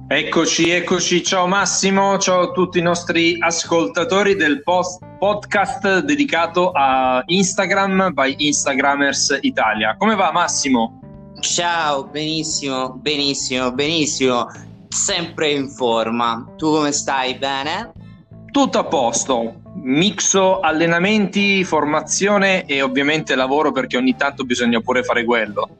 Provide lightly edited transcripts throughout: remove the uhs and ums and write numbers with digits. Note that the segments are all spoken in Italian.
Eccoci, eccoci, ciao Massimo, ciao a tutti i nostri ascoltatori del podcast dedicato a Instagram by Instagrammers Italia. Come va Massimo? Ciao, benissimo, benissimo, benissimo, sempre in forma. Tu come stai? Bene? Tutto a posto, mixo allenamenti, formazione e ovviamente lavoro perché ogni tanto bisogna pure fare quello.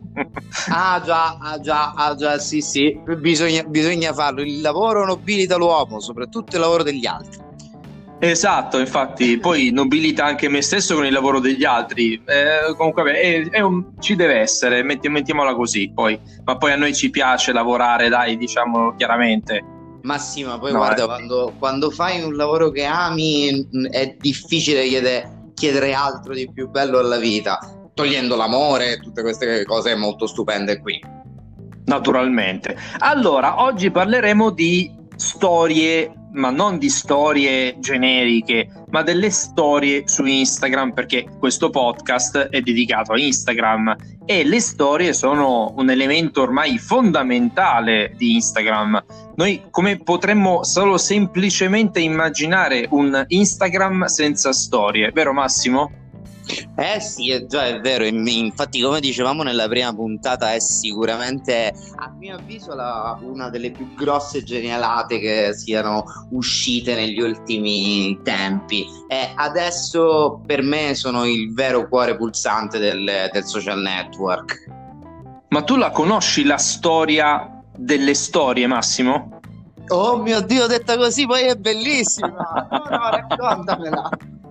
Già, sì, bisogna farlo. Il lavoro nobilita l'uomo, soprattutto il lavoro degli altri. Esatto, infatti poi nobilita anche me stesso con il lavoro degli altri. Comunque ci deve essere, mettiamola così poi. Ma poi a noi ci piace lavorare, dai, diciamo chiaramente. Ma sì, ma poi No, guarda, quando fai un lavoro che ami è difficile chiedere altro di più bello alla vita, togliendo l'amore e tutte queste cose molto stupende qui. Naturalmente. Allora, oggi parleremo di storie, ma non di storie generiche, ma delle storie su Instagram, perché questo podcast è dedicato a Instagram e le storie sono un elemento ormai fondamentale di Instagram. Noi come potremmo solo semplicemente immaginare un Instagram senza storie, vero Massimo? Sì, è vero, infatti come dicevamo nella prima puntata è sicuramente, a mio avviso, una delle più grosse genialate che siano uscite negli ultimi tempi, e adesso per me sono il vero cuore pulsante del social network. Ma tu la conosci la storia delle storie, Massimo? Oh mio Dio, detta così poi è bellissima! No, raccontamela!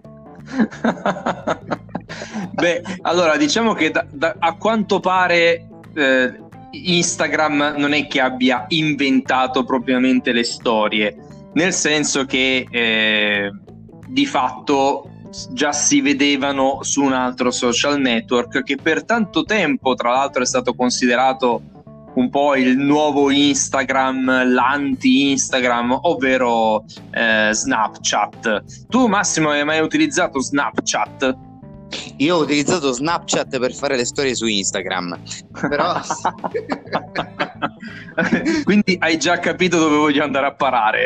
Beh, allora diciamo che a quanto pare Instagram non è che abbia inventato propriamente le storie, nel senso che di fatto già si vedevano su un altro social network che per tanto tempo, tra l'altro, è stato considerato un po' il nuovo Instagram, l'anti-Instagram, ovvero Snapchat. Tu Massimo hai mai utilizzato Snapchat? Io ho utilizzato Snapchat per fare le storie su Instagram, però quindi hai già capito dove voglio andare a parare.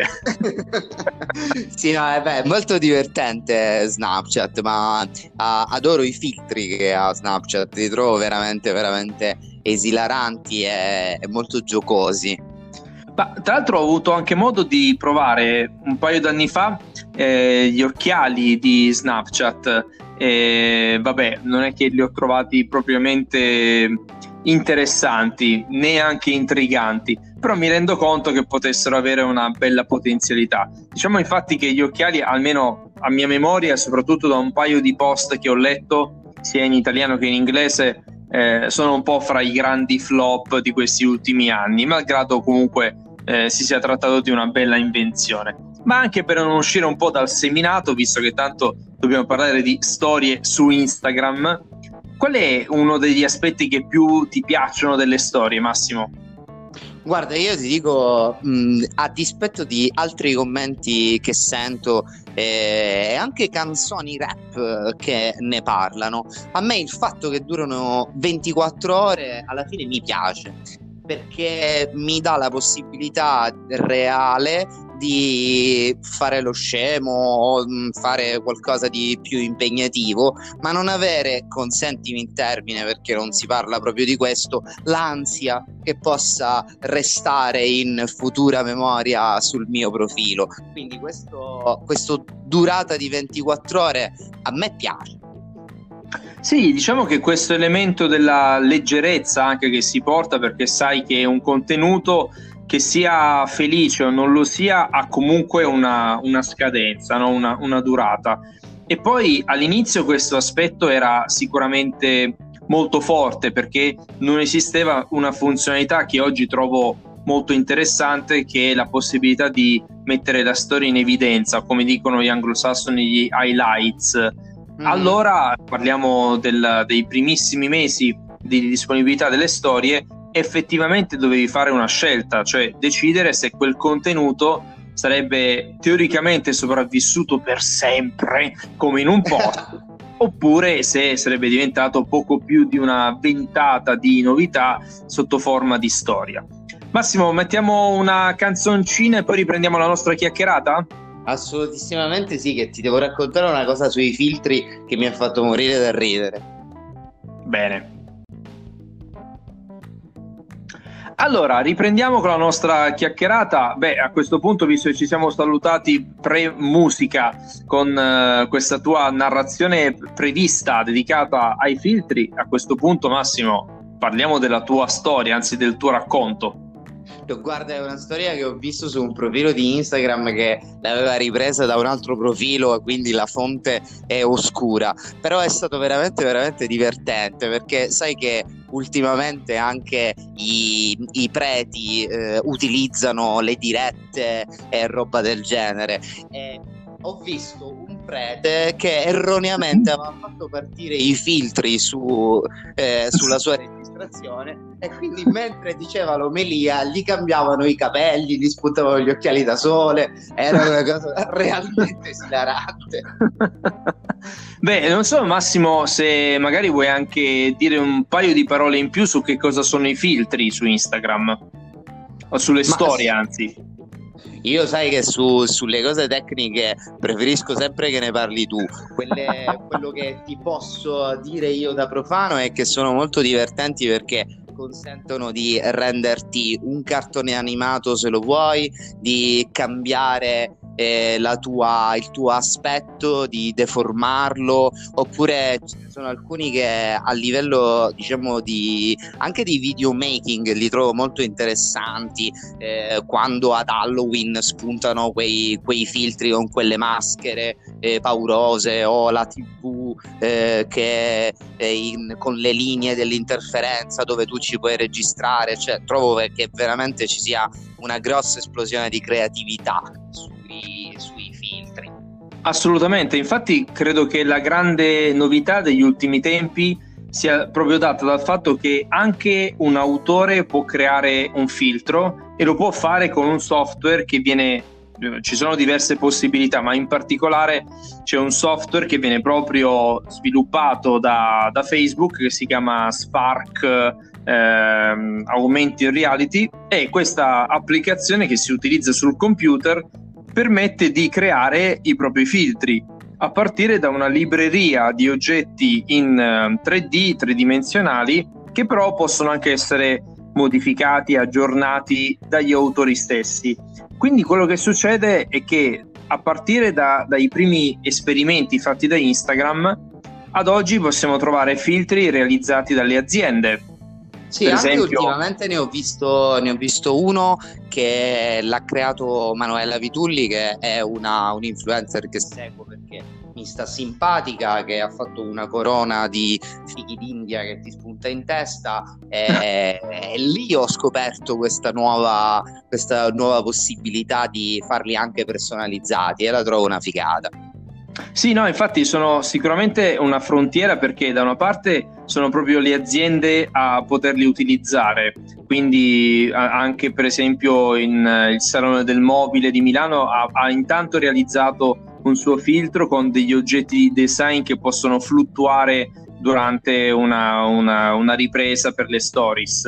sì, no, è molto divertente Snapchat, ma adoro i filtri che ha Snapchat, li trovo veramente, veramente esilaranti e molto giocosi. Ma, tra l'altro ho avuto anche modo di provare un paio d'anni fa gli occhiali di Snapchat. Vabbè, non è che li ho trovati propriamente interessanti, né anche intriganti, però mi rendo conto che potessero avere una bella potenzialità. Diciamo infatti che gli occhiali, almeno a mia memoria, soprattutto da un paio di post che ho letto sia in italiano che in inglese, sono un po' fra i grandi flop di questi ultimi anni, malgrado comunque si sia trattato di una bella invenzione. Ma anche per non uscire un po' dal seminato, visto che tanto dobbiamo parlare di storie su Instagram, qual è uno degli aspetti che più ti piacciono delle storie, Massimo? Guarda, io ti dico, a dispetto di altri commenti che sento e anche canzoni rap che ne parlano, a me il fatto che durano 24 ore alla fine mi piace, perché mi dà la possibilità reale di fare lo scemo o fare qualcosa di più impegnativo, ma non avere, consentimi il termine perché non si parla proprio di questo, l'ansia che possa restare in futura memoria sul mio profilo. Quindi questo durata di 24 ore a me piace. Sì, diciamo che questo elemento della leggerezza anche che si porta, perché sai che è un contenuto che sia felice o non lo sia, ha comunque una scadenza, no? Una durata. E poi all'inizio questo aspetto era sicuramente molto forte, perché non esisteva una funzionalità che oggi trovo molto interessante, che è la possibilità di mettere la storia in evidenza, come dicono gli anglosassoni, gli highlights. Allora parliamo dei primissimi mesi di disponibilità delle storie. Effettivamente dovevi fare una scelta, cioè decidere se quel contenuto sarebbe teoricamente sopravvissuto per sempre come in un post oppure se sarebbe diventato poco più di una ventata di novità sotto forma di storia. Massimo, mettiamo una canzoncina e poi riprendiamo la nostra chiacchierata? Assolutissimamente sì, che ti devo raccontare una cosa sui filtri che mi ha fatto morire da ridere. Bene. Allora, riprendiamo con la nostra chiacchierata. Beh, a questo punto, visto che ci siamo salutati pre-musica con questa tua narrazione prevista dedicata ai filtri, a questo punto, Massimo, parliamo della tua storia, anzi del tuo racconto. Guarda, è una storia che ho visto su un profilo di Instagram che l'aveva ripresa da un altro profilo, quindi la fonte è oscura, però è stato veramente veramente divertente, perché sai che ultimamente anche i preti utilizzano le dirette e roba del genere. Ho visto un prete che erroneamente aveva fatto partire i filtri sulla sua registrazione, e quindi mentre diceva l'omelia gli cambiavano i capelli, gli spuntavano gli occhiali da sole. Era una cosa realmente esilarante. Beh, non so, Massimo, se magari vuoi anche dire un paio di parole in più su che cosa sono i filtri su Instagram o sulle storie, anzi. Io sai che sulle cose tecniche preferisco sempre che ne parli tu. Quello che ti posso dire io da profano è che sono molto divertenti, perché consentono di renderti un cartone animato se lo vuoi, di cambiare il tuo aspetto, di deformarlo, oppure ce ne sono alcuni che a livello, diciamo, anche di videomaking li trovo molto interessanti, quando ad Halloween spuntano quei filtri con quelle maschere paurose, o la TV che con le linee dell'interferenza dove tu ci puoi registrare. Cioè, trovo che veramente ci sia una grossa esplosione di creatività sui filtri. Assolutamente, infatti credo che la grande novità degli ultimi tempi sia proprio data dal fatto che anche un autore può creare un filtro e lo può fare con un software ci sono diverse possibilità, ma in particolare c'è un software che viene proprio sviluppato da Facebook, che si chiama Spark Augmented Reality, e questa applicazione, che si utilizza sul computer, permette di creare i propri filtri a partire da una libreria di oggetti in 3D, tridimensionali, che però possono anche essere modificati, aggiornati dagli autori stessi. Quindi quello che succede è che a partire dai primi esperimenti fatti da Instagram, ad oggi possiamo trovare filtri realizzati dalle aziende. Sì, per anche esempio, ultimamente ne ho visto uno che l'ha creato Manuela Vitulli, che è un influencer che seguo perché mi sta simpatica, che ha fatto una corona di fichi d'India che ti spunta in testa, e lì ho scoperto questa nuova possibilità di farli anche personalizzati, e la trovo una figata. Sì, no, infatti sono sicuramente una frontiera, perché da una parte sono proprio le aziende a poterli utilizzare, quindi anche per esempio il Salone del Mobile di Milano ha intanto realizzato un suo filtro con degli oggetti di design che possono fluttuare durante una ripresa per le stories.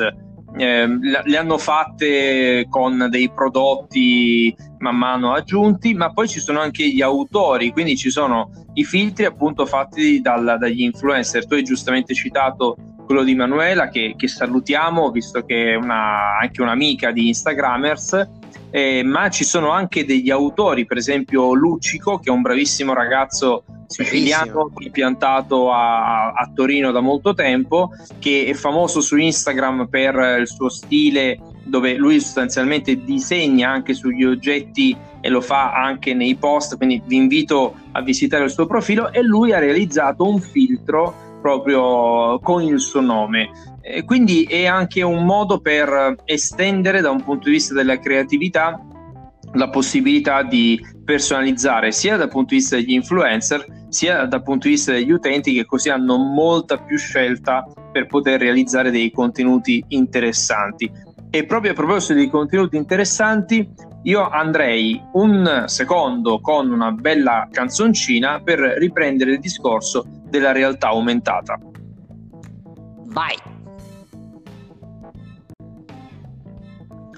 Le hanno fatte con dei prodotti man mano aggiunti, ma poi ci sono anche gli autori, quindi ci sono i filtri appunto fatti dagli influencer. Tu hai giustamente citato quello di Manuela, che salutiamo, visto che è anche un'amica di Instagrammers, ma ci sono anche degli autori, per esempio Luccico, che è un bravissimo ragazzo siciliano piantato a Torino da molto tempo, che è famoso su Instagram per il suo stile, dove lui sostanzialmente disegna anche sugli oggetti e lo fa anche nei post, quindi vi invito a visitare il suo profilo. E lui ha realizzato un filtro proprio con il suo nome, e quindi è anche un modo per estendere, da un punto di vista della creatività, la possibilità di personalizzare sia dal punto di vista degli influencer sia dal punto di vista degli utenti, che così hanno molta più scelta per poter realizzare dei contenuti interessanti. E proprio a proposito dei contenuti interessanti, io andrei un secondo con una bella canzoncina per riprendere il discorso della realtà aumentata. Vai!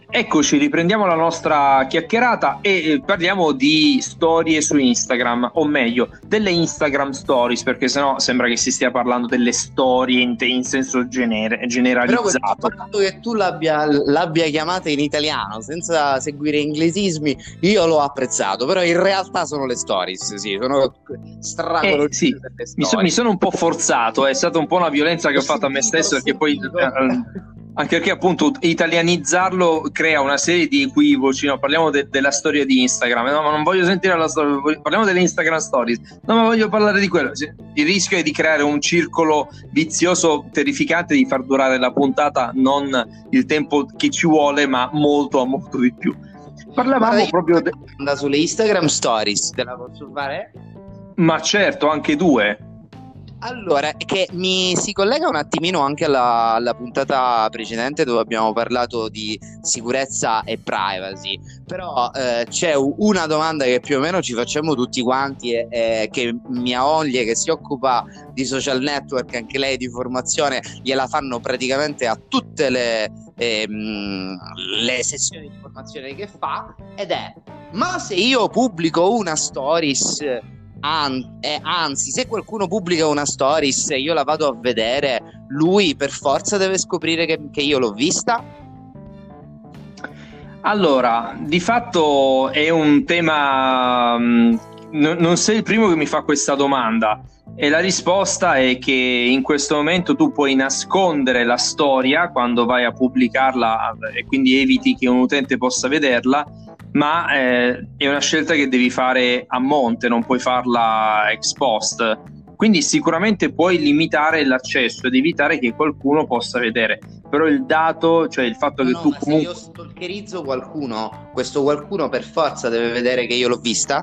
Eccoci, riprendiamo la nostra chiacchierata e parliamo di storie su Instagram, o meglio, delle Instagram Stories, perché sennò sembra che si stia parlando delle storie in senso generalizzato. Però il fatto che tu l'abbia chiamata in italiano senza seguire inglesismi, io l'ho apprezzato, però in realtà sono le stories, sì, sono sì, mi sono un po' forzato, è stata un po' una violenza che ho fatto a me stesso, perché poi anche perché appunto italianizzarlo crea una serie di equivoci, no? Parliamo della storia di Instagram, no, ma non voglio sentire la storia, parliamo delle Instagram Stories, no, ma voglio parlare di quello. Il rischio è di creare un circolo vizioso terrificante, di far durare la puntata non il tempo che ci vuole, ma molto di più. Parlavamo proprio sulle Instagram Stories, te la posso fare? Ma certo, anche due. Allora, che mi si collega un attimino anche alla puntata precedente dove abbiamo parlato di sicurezza e privacy, però c'è una domanda che più o meno ci facciamo tutti quanti e che mia moglie, che si occupa di social network, anche lei di formazione, gliela fanno praticamente a tutte le sessioni di formazione che fa, ed è: ma se io pubblico una stories, anzi, se qualcuno pubblica una stories e io la vado a vedere, lui per forza deve scoprire che io l'ho vista? Allora, di fatto è un tema, non sei il primo che mi fa questa domanda, e la risposta è che in questo momento tu puoi nascondere la storia quando vai a pubblicarla e quindi eviti che un utente possa vederla, ma è una scelta che devi fare a monte, non puoi farla ex post. Quindi sicuramente puoi limitare l'accesso ed evitare che qualcuno possa vedere, però il dato, cioè il fatto che tu comunque... Se io stalkerizzo qualcuno, questo qualcuno per forza deve vedere che io l'ho vista?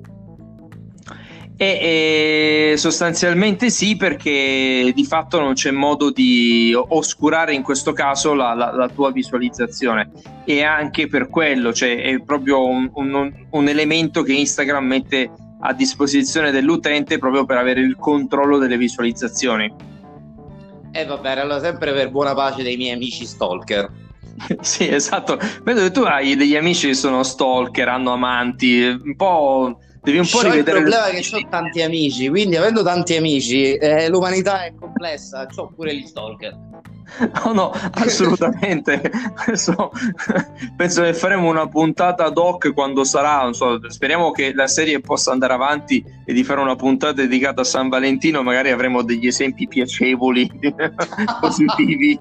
Sostanzialmente sì, perché di fatto non c'è modo di oscurare in questo caso la tua visualizzazione, e anche per quello, cioè è proprio un elemento che Instagram mette a disposizione dell'utente proprio per avere il controllo delle visualizzazioni. Va bene, allora sempre per buona pace dei miei amici stalker. Sì, esatto, vedo che tu hai degli amici che sono stalker, hanno amanti, un po'... Devi un po' rivedere. Il problema è che ho tanti amici, quindi avendo tanti amici, l'umanità è complessa, c'ho pure gli stalker. No, assolutamente. Penso che faremo una puntata ad hoc quando sarà, non so, speriamo che la serie possa andare avanti e di fare una puntata dedicata a San Valentino, magari avremo degli esempi piacevoli, positivi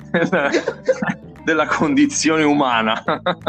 della condizione umana.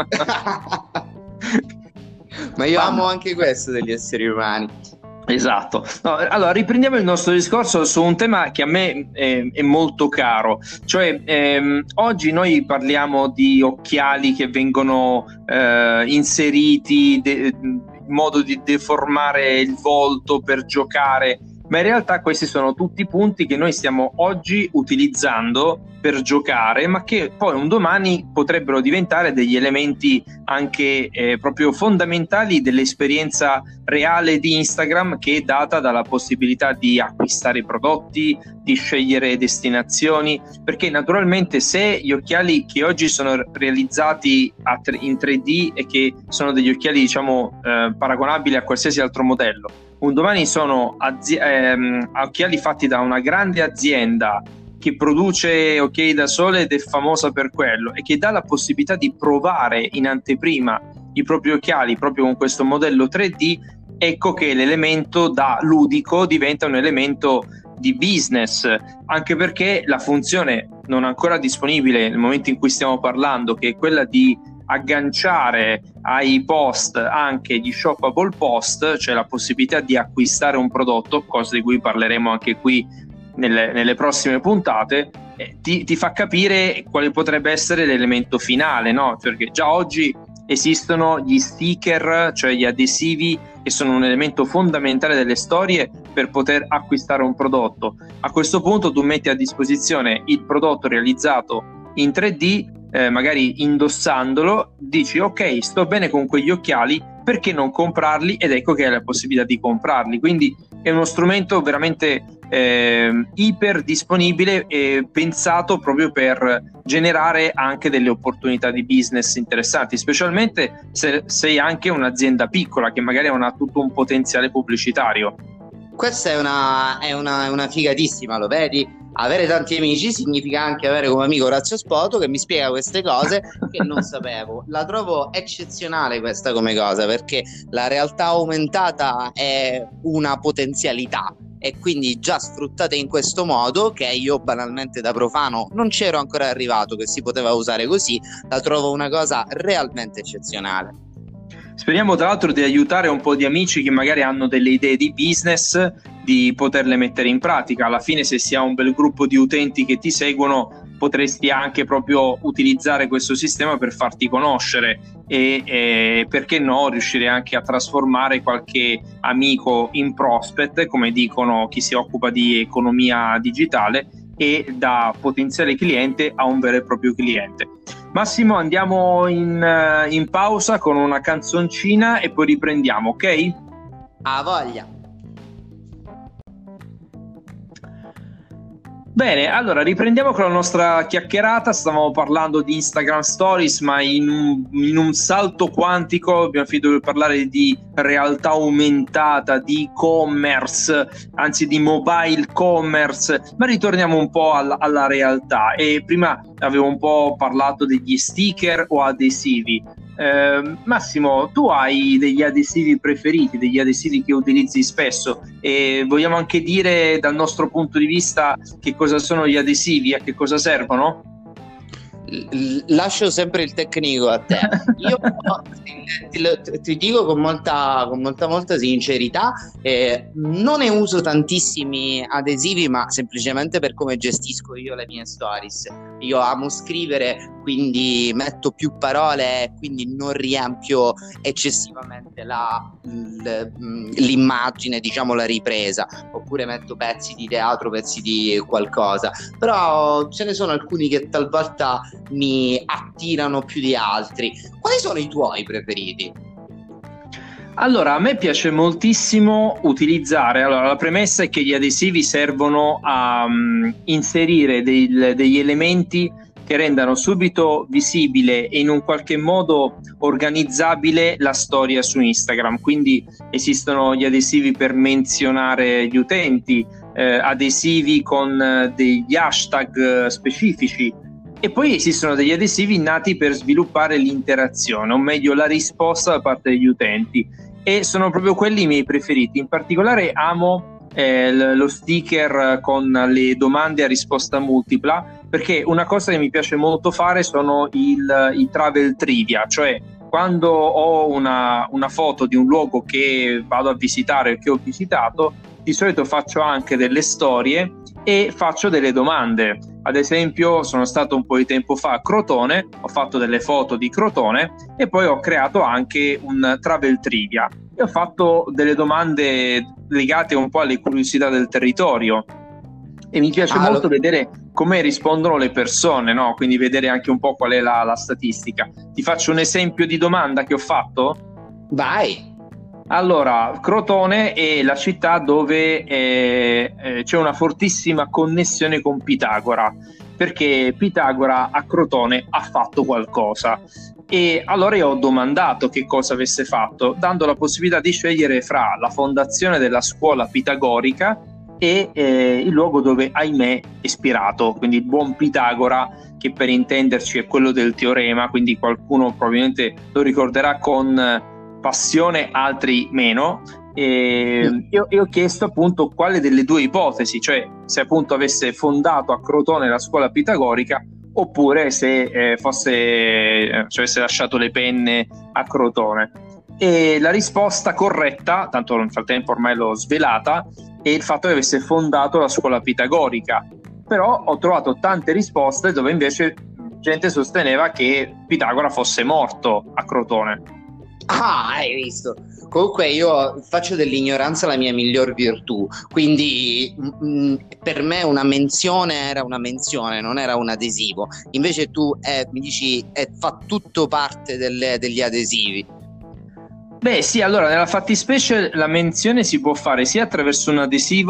Ma io amo anche questo degli esseri umani. Esatto. No, allora riprendiamo il nostro discorso su un tema che a me è molto caro, cioè oggi noi parliamo di occhiali che vengono inseriti in modo di deformare il volto per giocare, ma in realtà questi sono tutti punti che noi stiamo oggi utilizzando per giocare, ma che poi un domani potrebbero diventare degli elementi anche proprio fondamentali dell'esperienza reale di Instagram, che è data dalla possibilità di acquistare prodotti, di scegliere destinazioni, perché naturalmente se gli occhiali che oggi sono realizzati in 3D e che sono degli occhiali diciamo paragonabili a qualsiasi altro modello, un domani sono occhiali fatti da una grande azienda che produce occhiali da sole ed è famosa per quello e che dà la possibilità di provare in anteprima i propri occhiali proprio con questo modello 3D, ecco che l'elemento da ludico diventa un elemento di business, anche perché la funzione non ancora disponibile nel momento in cui stiamo parlando, che è quella di agganciare ai post anche gli shoppable post, cioè la possibilità di acquistare un prodotto, cosa di cui parleremo anche qui nelle prossime puntate, ti fa capire quale potrebbe essere l'elemento finale, no? Perché già oggi esistono gli sticker, cioè gli adesivi, che sono un elemento fondamentale delle storie per poter acquistare un prodotto. A questo punto tu metti a disposizione il prodotto realizzato in 3D, magari indossandolo, dici ok, sto bene con quegli occhiali, perché non comprarli? Ed ecco che hai la possibilità di comprarli. Quindi è uno strumento veramente iper disponibile e pensato proprio per generare anche delle opportunità di business interessanti, specialmente se sei anche un'azienda piccola che magari non ha tutto un potenziale pubblicitario. Questa è una figatissima, lo vedi? Avere tanti amici significa anche avere come amico Orazio Spoto che mi spiega queste cose che non sapevo. La trovo eccezionale questa come cosa, perché la realtà aumentata è una potenzialità e quindi già sfruttate in questo modo, che io banalmente da profano non c'ero ancora arrivato che si poteva usare così, la trovo una cosa realmente eccezionale. Speriamo tra l'altro di aiutare un po' di amici che magari hanno delle idee di business, di poterle mettere in pratica. Alla fine, se si ha un bel gruppo di utenti che ti seguono, potresti anche proprio utilizzare questo sistema per farti conoscere e perché no, riuscire anche a trasformare qualche amico in prospect, come dicono chi si occupa di economia digitale, e da potenziale cliente a un vero e proprio cliente. Massimo, andiamo in pausa con una canzoncina e poi riprendiamo, ok? A voglia. Bene, allora riprendiamo con la nostra chiacchierata. Stavamo parlando di Instagram Stories, ma in un salto quantico abbiamo finito di parlare di realtà aumentata, di e-commerce, anzi di mobile commerce, ma ritorniamo un po' alla realtà. E prima avevo un po' parlato degli sticker o adesivi. Massimo, tu hai degli adesivi preferiti, degli adesivi che utilizzi spesso, e vogliamo anche dire dal nostro punto di vista che cosa sono gli adesivi, a che cosa servono? Lascio sempre il tecnico a te. Io ti dico con molta sincerità, non ne uso tantissimi adesivi, ma semplicemente per come gestisco io le mie stories. Io amo scrivere, quindi metto più parole, quindi non riempio eccessivamente l'immagine, diciamo la ripresa, oppure metto pezzi di teatro, pezzi di qualcosa. Però ce ne sono alcuni che talvolta mi attirano più di altri. Quali sono i tuoi preferiti? Allora, a me piace moltissimo utilizzare, allora la premessa è che gli adesivi servono a inserire degli elementi che rendano subito visibile e in un qualche modo organizzabile la storia su Instagram. Quindi esistono gli adesivi per menzionare gli utenti, adesivi con degli hashtag specifici, e poi esistono degli adesivi nati per sviluppare l'interazione, o meglio la risposta da parte degli utenti, e sono proprio quelli i miei preferiti. In particolare amo lo sticker con le domande a risposta multipla, perché una cosa che mi piace molto fare sono i travel trivia, cioè quando ho una foto di un luogo che vado a visitare o che ho visitato, di solito faccio anche delle storie e faccio delle domande. Ad esempio, sono stato un po' di tempo fa a Crotone, ho fatto delle foto di Crotone e poi ho creato anche un travel trivia e ho fatto delle domande legate un po' alle curiosità del territorio, e mi piace molto vedere come rispondono le persone, no? Quindi vedere anche un po' qual è la statistica. Ti faccio un esempio di domanda che ho fatto? Vai! Allora, Crotone è la città dove c'è una fortissima connessione con Pitagora, perché Pitagora a Crotone ha fatto qualcosa. E allora io ho domandato che cosa avesse fatto, dando la possibilità di scegliere fra la fondazione della scuola pitagorica e il luogo dove, ahimè, è ispirato, quindi il buon Pitagora, che per intenderci è quello del teorema, quindi qualcuno probabilmente lo ricorderà con passione, altri meno. Io ho chiesto appunto quale delle due ipotesi, cioè se appunto avesse fondato a Crotone la scuola pitagorica oppure se cioè avesse lasciato le penne a Crotone. E la risposta corretta, tanto nel frattempo ormai l'ho svelata, è il fatto che avesse fondato la scuola pitagorica. Però ho trovato tante risposte dove invece gente sosteneva che Pitagora fosse morto a Crotone. Ah, hai visto? Comunque io faccio dell'ignoranza la mia miglior virtù, quindi per me una menzione era una menzione, non era un adesivo. Invece tu mi dici fa tutto parte degli adesivi. Beh sì, allora nella fattispecie la menzione si può fare sia attraverso un adesivo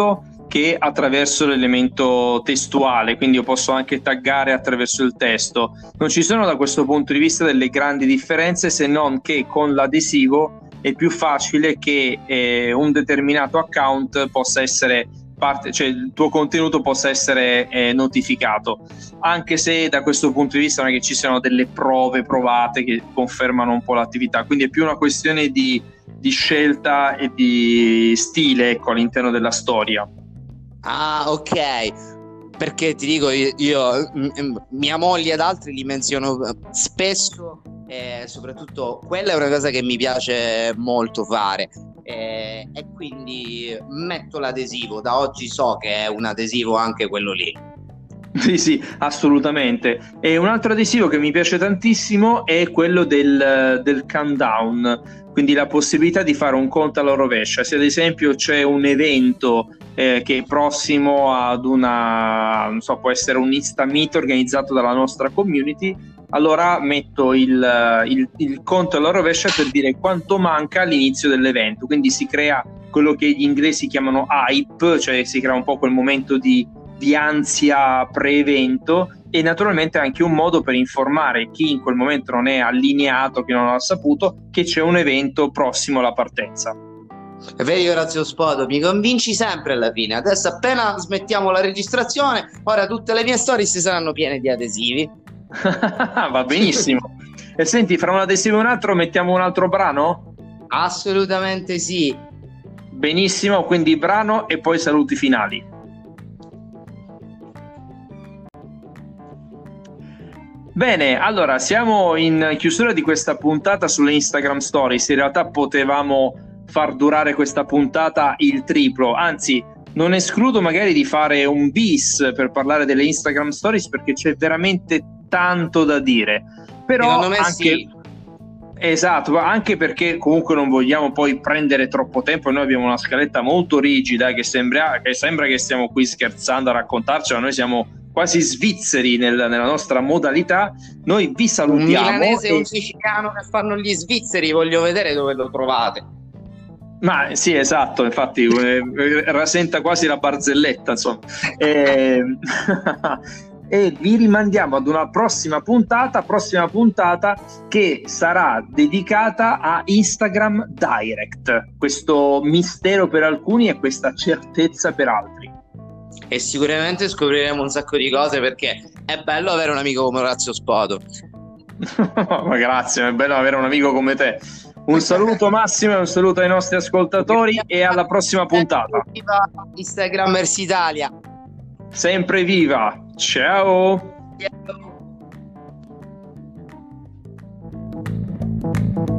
che attraverso l'elemento testuale, quindi io posso anche taggare attraverso il testo. Non ci sono da questo punto di vista delle grandi differenze, se non che con l'adesivo è più facile che un determinato account possa essere parte, cioè il tuo contenuto possa essere notificato, anche se da questo punto di vista non è che ci siano delle prove provate che confermano un po' l'attività, quindi è più una questione di scelta e di stile, ecco, all'interno della storia. Ah, ok. Perché ti dico, io mia moglie ed altri li menziono spesso, e soprattutto quella è una cosa che mi piace molto fare, e quindi metto l'adesivo. Da oggi so che è un adesivo anche quello lì. Sì, assolutamente. E un altro adesivo che mi piace tantissimo è quello del countdown, quindi la possibilità di fare un conto alla rovescia. Se ad esempio c'è un evento che è prossimo ad una, non so, può essere un Insta Meet organizzato dalla nostra community, allora metto il conto alla rovescia per dire quanto manca all'inizio dell'evento. Quindi si crea quello che gli inglesi chiamano hype, cioè si crea un po' quel momento di ansia pre-evento, e naturalmente anche un modo per informare chi in quel momento non è allineato, che non ha saputo, che c'è un evento prossimo alla partenza. Vedi Orazio Spoto, mi convinci sempre alla fine. Adesso appena smettiamo la registrazione, ora tutte le mie stories saranno piene di adesivi. Va benissimo. E senti, fra un adesivo e un altro mettiamo un altro brano? Assolutamente sì. Benissimo, quindi brano e poi saluti finali. Bene, allora siamo in chiusura di questa puntata sulle Instagram Stories. In realtà potevamo far durare questa puntata il triplo, anzi non escludo magari di fare un bis per parlare delle Instagram Stories, perché c'è veramente tanto da dire. Però secondo me anche sì. Esatto, ma anche perché comunque non vogliamo poi prendere troppo tempo. Noi abbiamo una scaletta molto rigida che sembra che stiamo qui scherzando a raccontarci, ma noi siamo quasi svizzeri nella nostra modalità. Noi vi salutiamo. Un milanese e un siciliano che fanno gli svizzeri, voglio vedere dove lo trovate. Ma sì, esatto, infatti rasenta quasi la barzelletta, insomma. E vi rimandiamo ad una prossima puntata che sarà dedicata a Instagram Direct, questo mistero per alcuni e questa certezza per altri. E sicuramente scopriremo un sacco di cose, perché è bello avere un amico come Orazio Spoto. Ma grazie, è bello avere un amico come te. Un saluto Massimo e un saluto ai nostri ascoltatori e alla prossima puntata. Viva Instagrammers Italia! Sempre viva! Ciao! Ciao.